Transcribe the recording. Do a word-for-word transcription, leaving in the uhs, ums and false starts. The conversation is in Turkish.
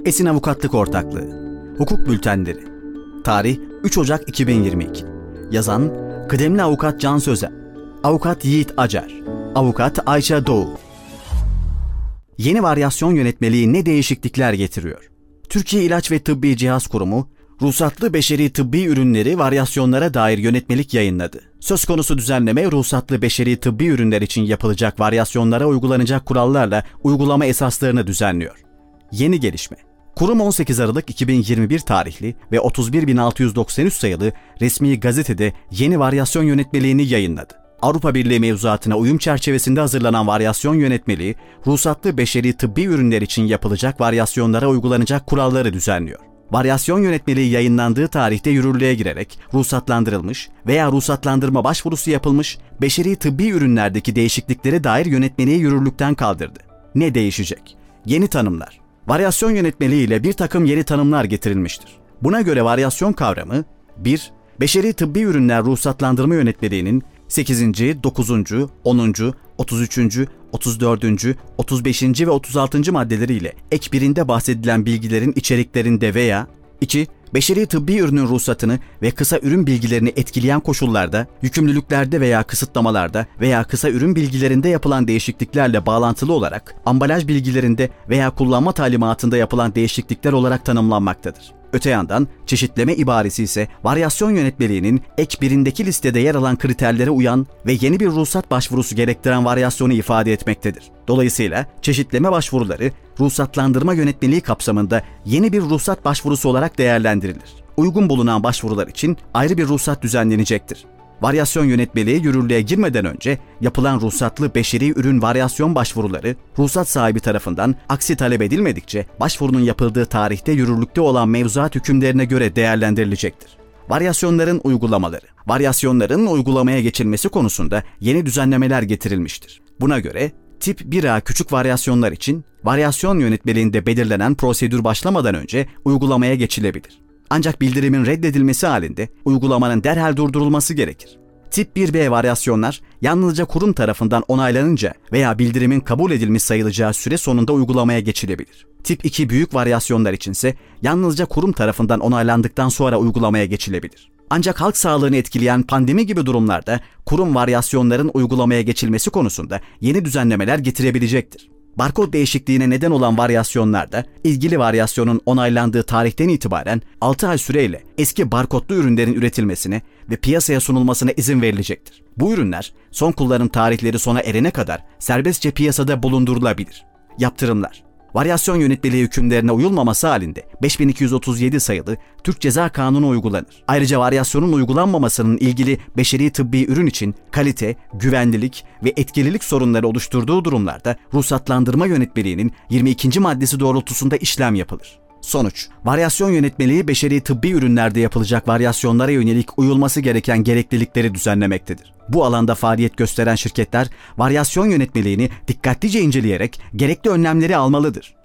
Esin Avukatlık Ortaklığı. Hukuk Bültenleri. Tarih üç Ocak iki bin yirmi iki. Yazan Kıdemli Avukat Can Sözer. Avukat Yiğit Acar. Avukat Ayça Doğu. Yeni varyasyon yönetmeliği ne değişiklikler getiriyor? Türkiye İlaç ve Tıbbi Cihaz Kurumu, ruhsatlı beşeri tıbbi ürünleri varyasyonlara dair yönetmelik yayınladı. Söz konusu düzenleme, ruhsatlı beşeri tıbbi ürünler için yapılacak varyasyonlara uygulanacak kurallarla uygulama esaslarını düzenliyor. Yeni gelişme. Kurum on sekiz Aralık iki bin yirmi bir tarihli ve otuz bir bin altı yüz doksan üç sayılı resmi gazetede yeni varyasyon yönetmeliğini yayınladı. Avrupa Birliği mevzuatına uyum çerçevesinde hazırlanan varyasyon yönetmeliği, ruhsatlı beşeri tıbbi ürünler için yapılacak varyasyonlara uygulanacak kuralları düzenliyor. Varyasyon yönetmeliği yayınlandığı tarihte yürürlüğe girerek ruhsatlandırılmış veya ruhsatlandırma başvurusu yapılmış beşeri tıbbi ürünlerdeki değişikliklere dair yönetmeliği yürürlükten kaldırdı. Ne değişecek? Yeni tanımlar. Varyasyon yönetmeliği ile bir takım yeni tanımlar getirilmiştir. Buna göre varyasyon kavramı bir Beşeri tıbbi ürünler ruhsatlandırma yönetmeliğinin sekizinci, dokuzuncu, onuncu, otuz üçüncü, otuz dördüncü, otuz beşinci ve otuz altıncı maddeleriyle ek birinde bahsedilen bilgilerin içeriklerinde veya iki Beşeri tıbbi ürünün ruhsatını ve kısa ürün bilgilerini etkileyen koşullarda, yükümlülüklerde veya kısıtlamalarda veya kısa ürün bilgilerinde yapılan değişikliklerle bağlantılı olarak ambalaj bilgilerinde veya kullanma talimatında yapılan değişiklikler olarak tanımlanmaktadır. Öte yandan çeşitleme ibaresi ise varyasyon yönetmeliğinin ek birindeki listede yer alan kriterlere uyan ve yeni bir ruhsat başvurusu gerektiren varyasyonu ifade etmektedir. Dolayısıyla çeşitleme başvuruları ruhsatlandırma yönetmeliği kapsamında yeni bir ruhsat başvurusu olarak değerlendirilir. Uygun bulunan başvurular için ayrı bir ruhsat düzenlenecektir. Varyasyon yönetmeliği yürürlüğe girmeden önce yapılan ruhsatlı beşeri ürün varyasyon başvuruları ruhsat sahibi tarafından aksi talep edilmedikçe başvurunun yapıldığı tarihte yürürlükte olan mevzuat hükümlerine göre değerlendirilecektir. Varyasyonların uygulamaları. Varyasyonların uygulamaya geçilmesi konusunda yeni düzenlemeler getirilmiştir. Buna göre tip bir A küçük varyasyonlar için varyasyon yönetmeliğinde belirlenen prosedür başlamadan önce uygulamaya geçilebilir. Ancak bildirimin reddedilmesi halinde uygulamanın derhal durdurulması gerekir. Tip bir B varyasyonlar yalnızca kurum tarafından onaylanınca veya bildirimin kabul edilmiş sayılacağı süre sonunda uygulamaya geçilebilir. Tip iki büyük varyasyonlar içinse yalnızca kurum tarafından onaylandıktan sonra uygulamaya geçilebilir. Ancak halk sağlığını etkileyen pandemi gibi durumlarda kurum varyasyonların uygulamaya geçilmesi konusunda yeni düzenlemeler getirebilecektir. Barkod değişikliğine neden olan varyasyonlarda ilgili varyasyonun onaylandığı tarihten itibaren altı ay süreyle eski barkodlu ürünlerin üretilmesine ve piyasaya sunulmasına izin verilecektir. Bu ürünler son kullanım tarihleri sona erene kadar serbestçe piyasada bulundurulabilir. Yaptırımlar. Varyasyon yönetmeliği hükümlerine uyulmaması halinde beş bin iki yüz otuz yedi sayılı Türk Ceza Kanunu uygulanır. Ayrıca varyasyonun uygulanmamasının ilgili beşeri tıbbi ürün için kalite, güvenlilik ve etkililik sorunları oluşturduğu durumlarda ruhsatlandırma yönetmeliğinin yirmi ikinci maddesi doğrultusunda işlem yapılır. Sonuç, varyasyon yönetmeliği beşeri tıbbi ürünlerde yapılacak varyasyonlara yönelik uyulması gereken gereklilikleri düzenlemektedir. Bu alanda faaliyet gösteren şirketler varyasyon yönetmeliğini dikkatlice inceleyerek gerekli önlemleri almalıdır.